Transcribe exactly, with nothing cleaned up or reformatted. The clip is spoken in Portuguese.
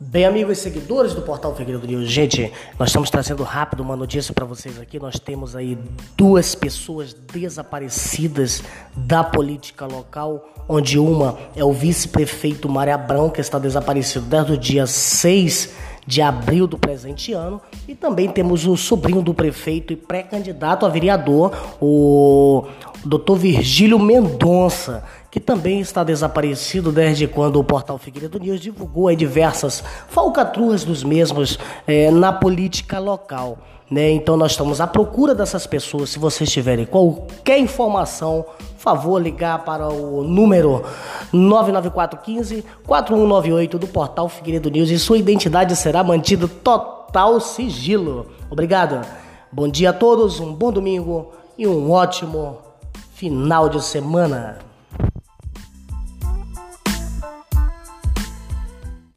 Bem, amigos e seguidores do Portal Figueiredo News, gente, nós estamos trazendo rápido uma notícia para vocês aqui. Nós temos aí duas pessoas desaparecidas da política local, onde uma é o vice-prefeito Mário Abrão, que está desaparecido desde o dia seis de abril do presente ano, e também temos o sobrinho do prefeito e pré-candidato a vereador, o doutor Virgílio Mendonça, que também está desaparecido desde quando o Portal Figueiredo News divulgou aí diversas falcatruas dos mesmos é, na política local, né? Então nós estamos à procura dessas pessoas. Se vocês tiverem qualquer informação, favor ligar para o número nove nove quatro um cinco, quatro um nove oito do Portal Figueiredo News, e sua identidade será mantida total sigilo. Obrigado. Bom dia a todos, um bom domingo e um ótimo final de semana.